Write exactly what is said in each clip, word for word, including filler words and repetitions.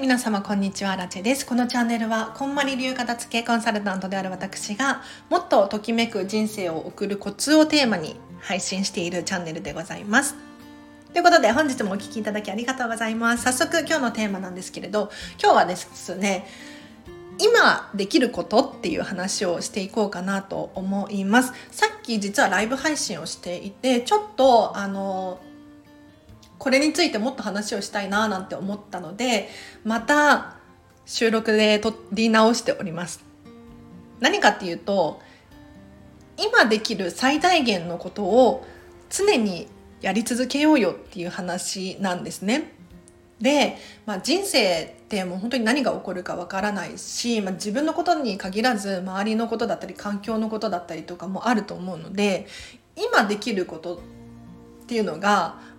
皆様こんにちは、ラチェです。このチャンネルはこんまり流片付けコンサルタントである私がもっとときめく人生を送るコツをテーマに配信しているチャンネルでございます。ということで本日もお聞きいただきありがとうございます。早速今日のテーマなんですけれど、今日はですね、今できることっていう話をしていこうかなと思います。さっき実はライブ配信をしていて、ちょっとあのこれについてもっと話をしたいななんて思ったので、また収録で撮り直しております。何かっていうと、今できる最大限のことを常にやり続けようよっていう話なんですね。で、まあ、人生ってもう本当に何が起こるかわからないし、まあ、自分のことに限らず周りのことだったり環境のことだったりとかもあると思うので、今できることっていうのが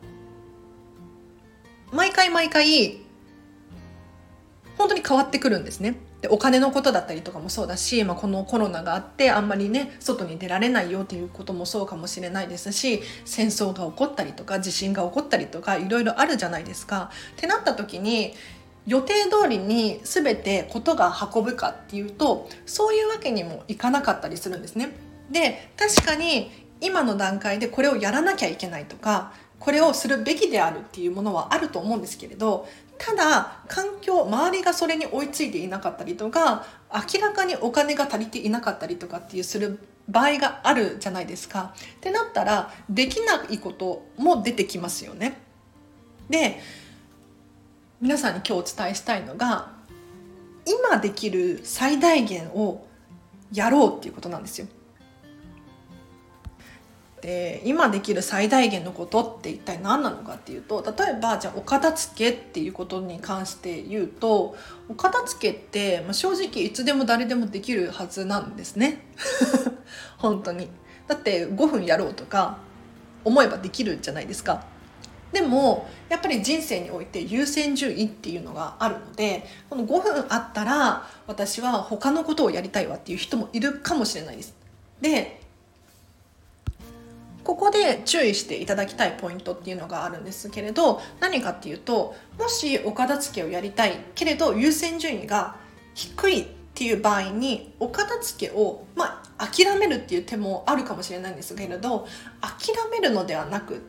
毎回毎回本当に変わってくるんですね。で、お金のことだったりとかもそうだし、まあ、このコロナがあってあんまりね外に出られないよっていうこともそうかもしれないですし、戦争が起こったりとか地震が起こったりとかいろいろあるじゃないですか。ってなった時に予定通りに全てことが運ぶかっていうと、そういうわけにもいかなかったりするんですね。で、確かに今の段階でこれをやらなきゃいけないとか、これをするべきであるっていうものはあると思うんですけれど、ただ環境、周りがそれに追いついていなかったりとか、明らかにお金が足りていなかったりとかっていうする場合があるじゃないですか。ってなったらできないことも出てきますよね。で、皆さんに今日お伝えしたいのが、今できる最大限をやろうっていうことなんですよ。で、今できる最大限のことって一体何なのかっていうと、例えばじゃあお片付けっていうことに関して言うと、お片付けって正直いつでも誰でもできるはずなんですね本当に。だってごふんやろうとか思えばできるじゃないですか。でもやっぱり人生において優先順位っていうのがあるので、このごふんあったら私は他のことをやりたいわっていう人もいるかもしれないです。で、ここで注意していただきたいポイントっていうのがあるんですけれど、何かっていうと、もしお片付けをやりたいけれど優先順位が低いっていう場合に、お片付けを、まあ、諦めるっていう手もあるかもしれないんですけれど、諦めるのではなくって、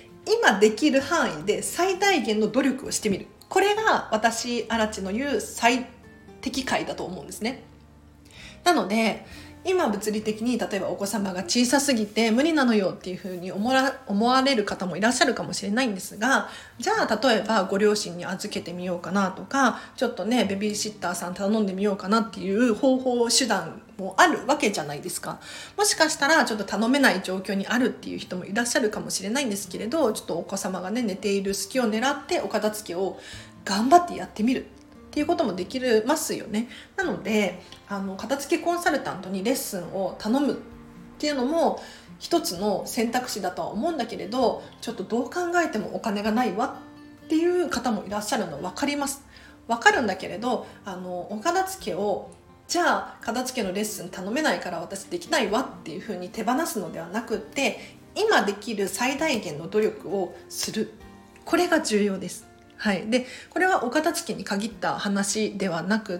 今できる範囲で最大限の努力をしてみる。これが私アラチの言う最適解だと思うんですね。なので今物理的に例えばお子様が小さすぎて無理なのよっていうふうに思わ、思われる方もいらっしゃるかもしれないんですが、じゃあ例えばご両親に預けてみようかなとか、ちょっとねベビーシッターさん頼んでみようかなっていう方法手段もあるわけじゃないですか。もしかしたらちょっと頼めない状況にあるっていう人もいらっしゃるかもしれないんですけれど、ちょっとお子様がね寝ている隙を狙ってお片付けを頑張ってやってみるっていうこともできますよね。なのであの片付けコンサルタントにレッスンを頼むっていうのも一つの選択肢だとは思うんだけれど、ちょっとどう考えてもお金がないわっていう方もいらっしゃるの分かります。分かるんだけれど、あのお片付けをじゃあ片付けのレッスン頼めないから私できないわっていうふうに手放すのではなくって、今できる最大限の努力をする、これが重要です。はい、でこれはお片付けに限った話ではなくって、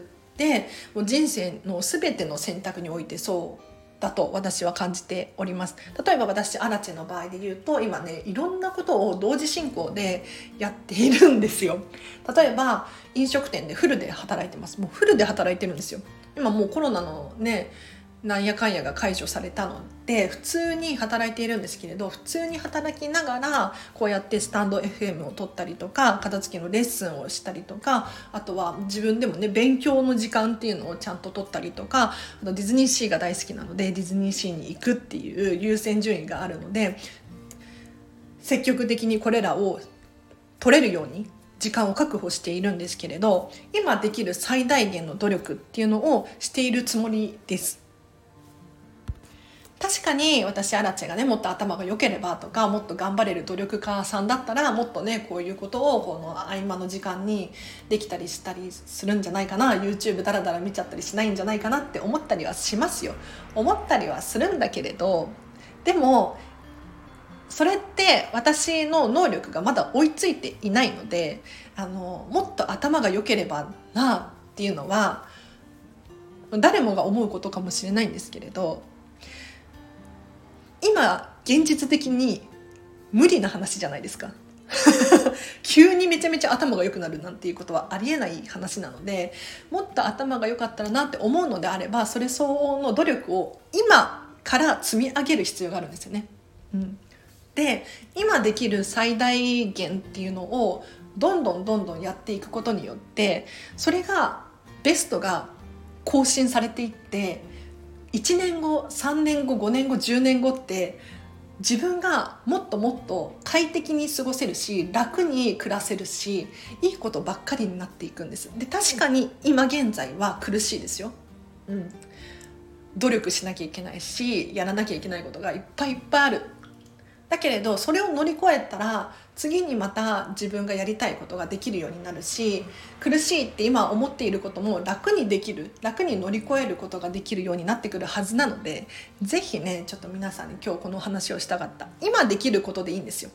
もう人生の全ての選択においてそうだと私は感じております。例えば私アラチェの場合で言うと、今ねいろんなことを同時進行でやっているんですよ。例えば飲食店でフルで働いてます。もうフルで働いてるんですよ。今もうコロナのねなんやかんやが解除されたので普通に働いているんですけれど、普通に働きながらこうやってスタンド エフエム を取ったりとか、片付けのレッスンをしたりとか、あとは自分でもね勉強の時間っていうのをちゃんと取ったりとか、あとディズニーシーが大好きなのでディズニーシーに行くっていう優先順位があるので、積極的にこれらを取れるように時間を確保しているんですけれど、今できる最大限の努力っていうのをしているつもりです。確かに私アラチェがねもっと頭が良ければとか、もっと頑張れる努力家さんだったらもっとねこういうことをこの合間の時間にできたりしたりするんじゃないかな、 YouTube だらだら見ちゃったりしないんじゃないかなって思ったりはしますよ。思ったりはするんだけれど、でもそれって私の能力がまだ追いついていないので、あのもっと頭が良ければなっていうのは誰もが思うことかもしれないんですけれど、今現実的に無理な話じゃないですか急にめちゃめちゃ頭が良くなるなんていうことはありえない話なので、もっと頭が良かったらなって思うのであれば、それ相応の努力を今から積み上げる必要があるんですよね、うん、で今できる最大限っていうのをどんどんどんどんやっていくことによって、それがベストが更新されていって、いちねんごさんねんごごねんごじゅうねんごって自分がもっともっと快適に過ごせるし、楽に暮らせるし、いいことばっかりになっていくんです。で確かに今現在は苦しいですよ、うん、努力しなきゃいけないし、やらなきゃいけないことがいっぱいいっぱいある。だけれどそれを乗り越えたら次にまた自分がやりたいことができるようになるし、苦しいって今思っていることも楽にできる、楽に乗り越えることができるようになってくるはずなので、ぜひねちょっと皆さんに今日この話をしたかった。今できることでいいんですよ。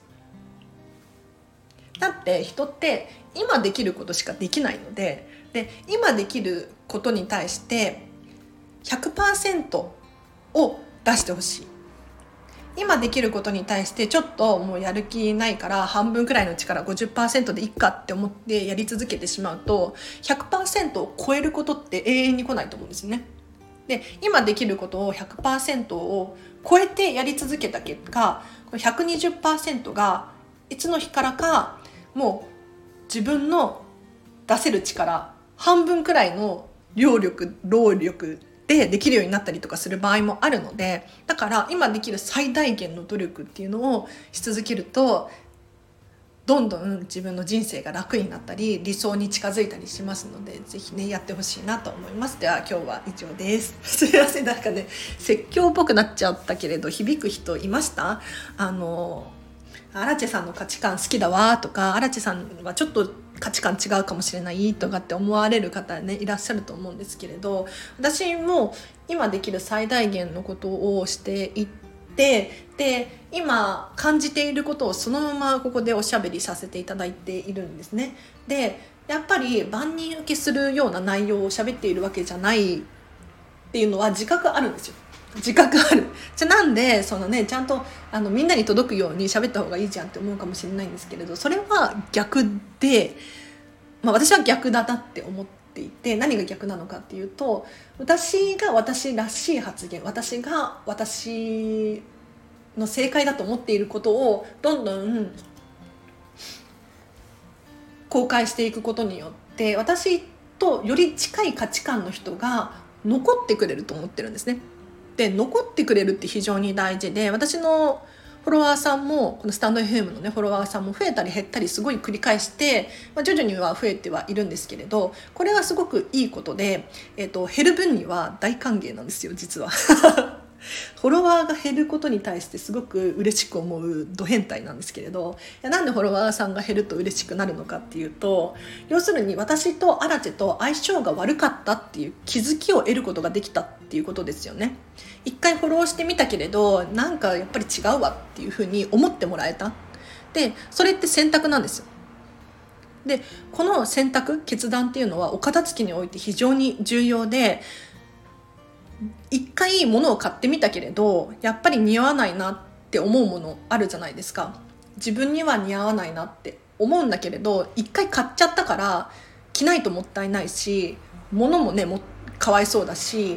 だって人って今できることしかできないので、で今できることに対して ひゃくパーセント を出してほしい。今できることに対してちょっともうやる気ないから半分くらいの力 ごじゅっパーセント でいいかって思ってやり続けてしまうと ひゃくパーセント を超えることって永遠に来ないと思うんですよね。で今できることを ひゃくパーセント を超えてやり続けた結果、この ひゃくにじゅっパーセント がいつの日からかもう自分の出せる力半分くらいの労力労力でできるようになったりとかする場合もあるので、だから今できる最大限の努力っていうのをし続けると、どんどん自分の人生が楽になったり理想に近づいたりしますので、ぜひねやってほしいなと思います。では今日は以上です。すいません、なんかね説教っぽくなっちゃったけれど響く人いました？あのアラチェさんの価値観好きだわとか、アラチェさんはちょっと価値観違うかもしれないとかって思われる方ねいらっしゃると思うんですけれど、私も今できる最大限のことをしていって、で今感じていることをそのままここでおしゃべりさせていただいているんですね。でやっぱり万人受けするような内容を喋っているわけじゃないっていうのは自覚あるんですよ。自覚ある。じゃあなんでそのねちゃんとあのみんなに届くように喋った方がいいじゃんって思うかもしれないんですけれど、それは逆で、まあ、私は逆だなって思っていて、何が逆なのかっていうと、私が私らしい発言、私が私の正解だと思っていることをどんどん公開していくことによって私とより近い価値観の人が残ってくれると思ってるんですね。で残ってくれるって非常に大事で、私のフォロワーさんもこのスタンド エフエム のねフォロワーさんも増えたり減ったりすごい繰り返して、まあ、徐々には増えてはいるんですけれど、これはすごくいいことで、えーと、減る分には大歓迎なんですよ実はフォロワーが減ることに対してすごく嬉しく思うド変態なんですけれど、いやなんでフォロワーさんが減ると嬉しくなるのかっていうと、要するに私とアラチェと相性が悪かったっていう気づきを得ることができたっていうことですよね。一回フォローしてみたけれどなんかやっぱり違うわっていうふうに思ってもらえた。でそれって選択なんですよ。でこの選択決断っていうのはお片付けにおいて非常に重要で、一回物を買ってみたけれどやっぱり似合わないなって思うものあるじゃないですか。自分には似合わないなって思うんだけれど一回買っちゃったから着ないともったいないし、物もねもかわいそうだし、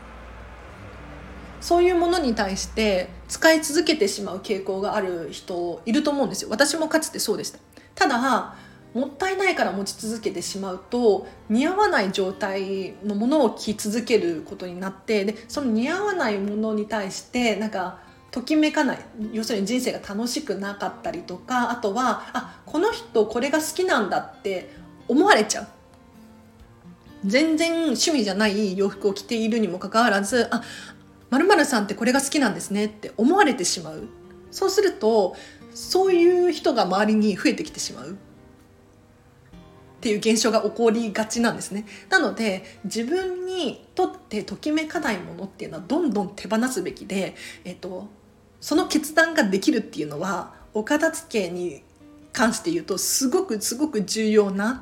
そういうものに対して使い続けてしまう傾向がある人いると思うんですよ。私もかつてそうでした。ただもったいないから持ち続けてしまうと似合わない状態のものを着続けることになって、でその似合わないものに対してなんかときめかない、要するに人生が楽しくなかったりとか、あとはあこの人これが好きなんだって思われちゃう。全然趣味じゃない洋服を着ているにもかかわらず、あ〇〇さんってこれが好きなんですねって思われてしまう。そうするとそういう人が周りに増えてきてしまうっていう現象が起こりがちなんですね。なので自分にとってときめかないものっていうのはどんどん手放すべきで、えっと、 その決断ができるっていうのはお片付けに関して言うとすごくすごく重要な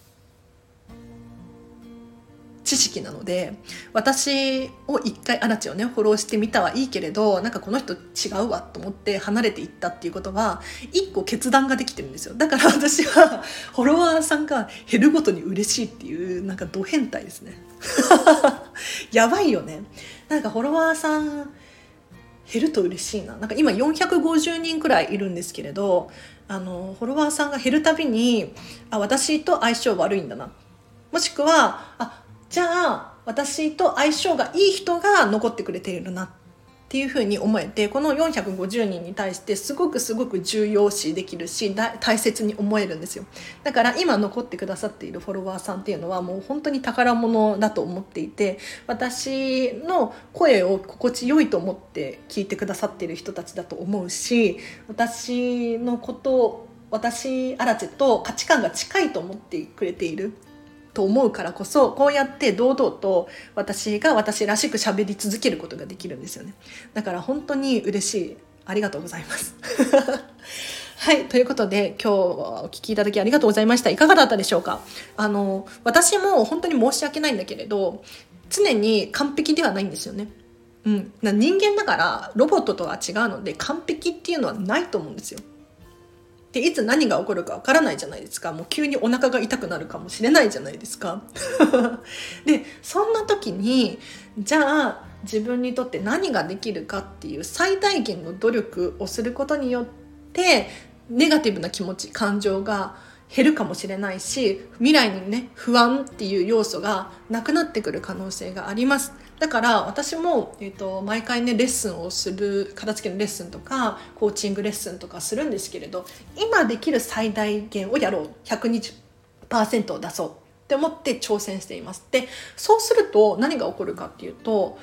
知識なので、私を一回アラチをねフォローしてみたはいいけれど、なんかこの人違うわと思って離れていったっていうことは一個決断ができてるんですよ。だから私はフォロワーさんが減るごとに嬉しいっていう、なんかド変態ですねやばいよね。なんかフォロワーさん減ると嬉しいな。なんか今よんひゃくごじゅうにんくらいいるんですけれど、あのフォロワーさんが減るたびに、あ、私と相性悪いんだな、もしくはあじゃあ私と相性がいい人が残ってくれているなっていうふうに思えて、このよんひゃくごじゅうにんに対してすごくすごく重要視できるし大切に思えるんですよ。だから今残ってくださっているフォロワーさんっていうのはもう本当に宝物だと思っていて、私の声を心地よいと思って聞いてくださっている人たちだと思うし、私のことを私アラチェと価値観が近いと思ってくれていると思うからこそ、こうやって堂々と私が私らしく喋り続けることができるんですよね。だから本当に嬉しい。ありがとうございますはい、ということで今日はお聞きいただきありがとうございました。いかがだったでしょうか。あの私も本当に申し訳ないんだけれど、常に完璧ではないんですよね。うん、人間だからロボットとは違うので完璧っていうのはないと思うんですよ。でいつ何が起こるかわからないじゃないですか。もう急にお腹が痛くなるかもしれないじゃないですかでそんな時にじゃあ自分にとって何ができるかっていう最大限の努力をすることによってネガティブな気持ち感情が減るかもしれないし、未来にね不安っていう要素がなくなってくる可能性があります。だから私も、えーと、毎回ねレッスンをする、片付けのレッスンとかコーチングレッスンとかするんですけれど、今できる最大限をやろう、 ひゃくにじゅっパーセント を出そうって思って挑戦しています。でそうすると何が起こるかっていうと、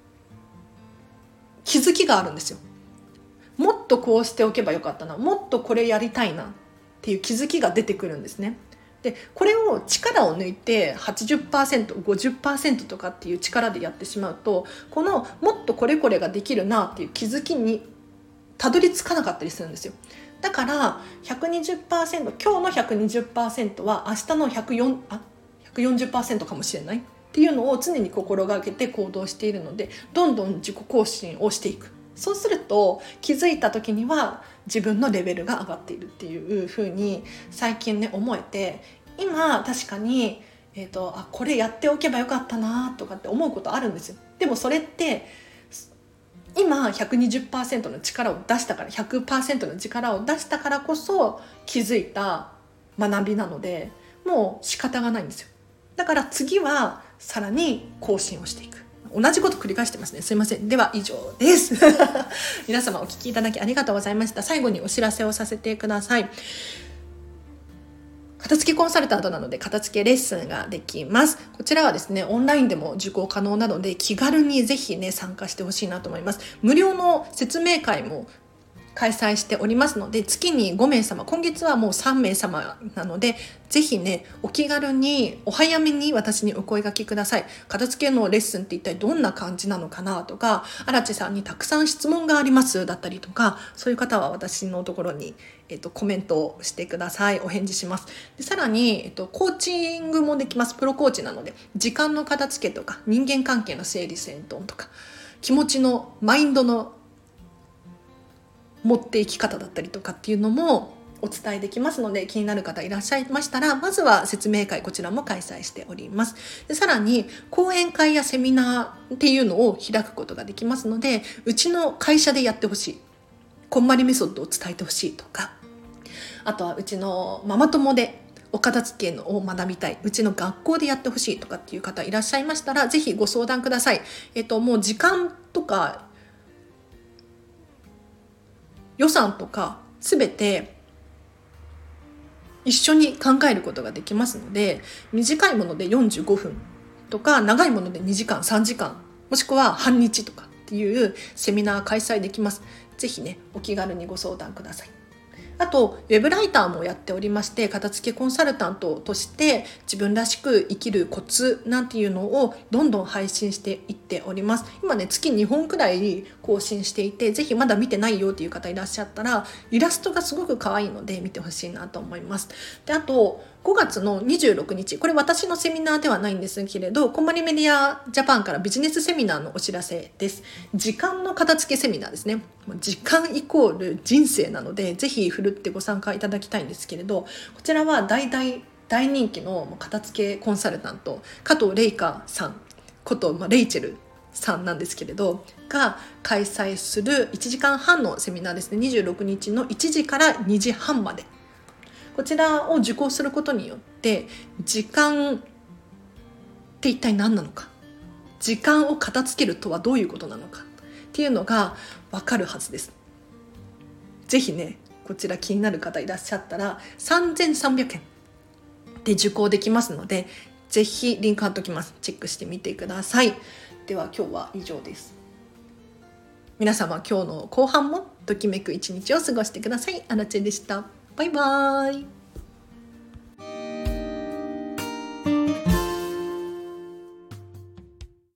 気づきがあるんですよ。もっとこうしておけばよかったな、もっとこれやりたいなっていう気づきが出てくるんですね。でこれを力を抜いて はちじゅっパーセント、ごじゅっパーセント とかっていう力でやってしまうと、このもっとこれこれができるなっていう気づきにたどり着かなかったりするんですよ。だから ひゃくにじゅっパーセント、 今日の ひゃくにじゅっパーセント は明日のひゃくよん、あ、ひゃくよんじゅっパーセント かもしれないっていうのを常に心がけて行動しているので、どんどん自己更新をしていく。そうすると気づいた時には自分のレベルが上がっているっていう風に最近ね思えて、今確かに、えーと、あこれやっておけばよかったなとかって思うことあるんですよ。でもそれって今 ひゃくにじゅっパーセント の力を出したから、 ひゃくパーセント の力を出したからこそ気づいた学びなので、もう仕方がないんですよ。だから次はさらに更新をしていく。同じこと繰り返してますね。すいません。では以上です皆様お聞きいただきありがとうございました。最後にお知らせをさせてください。片付けコンサルタントなので片付けレッスンができます。こちらはですねオンラインでも受講可能なので、気軽にぜひね参加してほしいなと思います。無料の説明会も開催しておりますので、月にごめいさま、今月はもうさんめいさまなので、ぜひねお気軽にお早めに私にお声掛けください。片付けのレッスンって一体どんな感じなのかなとか、荒地さんにたくさん質問がありますだったりとか、そういう方は私のところに、えっと、コメントをしてください。お返事します。でさらに、えっと、コーチングもできます。プロコーチなので、時間の片付けとか人間関係の整理整頓とか気持ちのマインドの持っていき方だったりとかっていうのもお伝えできますので、気になる方いらっしゃいましたら、まずは説明会、こちらも開催しております。でさらに講演会やセミナーっていうのを開くことができますので、うちの会社でやってほしい、こんまりメソッドを伝えてほしいとか、あとはうちのママ友でお片付けを学びたい、うちの学校でやってほしいとかっていう方いらっしゃいましたら、ぜひご相談ください。えっともう時間とか予算とかすべて一緒に考えることができますので、短いものでよんじゅうごふんとか、長いものでにじかんさんじかん、もしくは半日とかっていうセミナー開催できます。ぜひねお気軽にご相談ください。 あとウェブライターもやっておりまして、片付けコンサルタントとして自分らしく生きるコツなんていうのをどんどん配信していっております。今ね月にほんくらい更新していて、ぜひまだ見てないよっていう方いらっしゃったら、イラストがすごく可愛いので見てほしいなと思います。であとごがつのにじゅうろくにち、これ私のセミナーではないんですけれど、コンマリメディアジャパンからビジネスセミナーのお知らせです。時間の片付けセミナーですね。時間イコール人生なので、ぜひふるってご参加いただきたいんですけれど、こちらは大大大人気の片付けコンサルタント加藤玲香さんこと、まあ、レイチェルさんなんですけれどが開催するいちじかんはんのセミナーですね。にじゅうろくにちのいちじからにじはんまで、こちらを受講することによって、時間って一体何なのか、時間を片付けるとはどういうことなのかっていうのが分かるはずです。ぜひね、こちら気になる方いらっしゃったらさんぜんさんびゃくえんで受講できますので、ぜひリンク貼っときます。チェックしてみてください。では今日は以上です。皆様今日の後半もときめく一日を過ごしてください。アラチェでした。バイバーイ。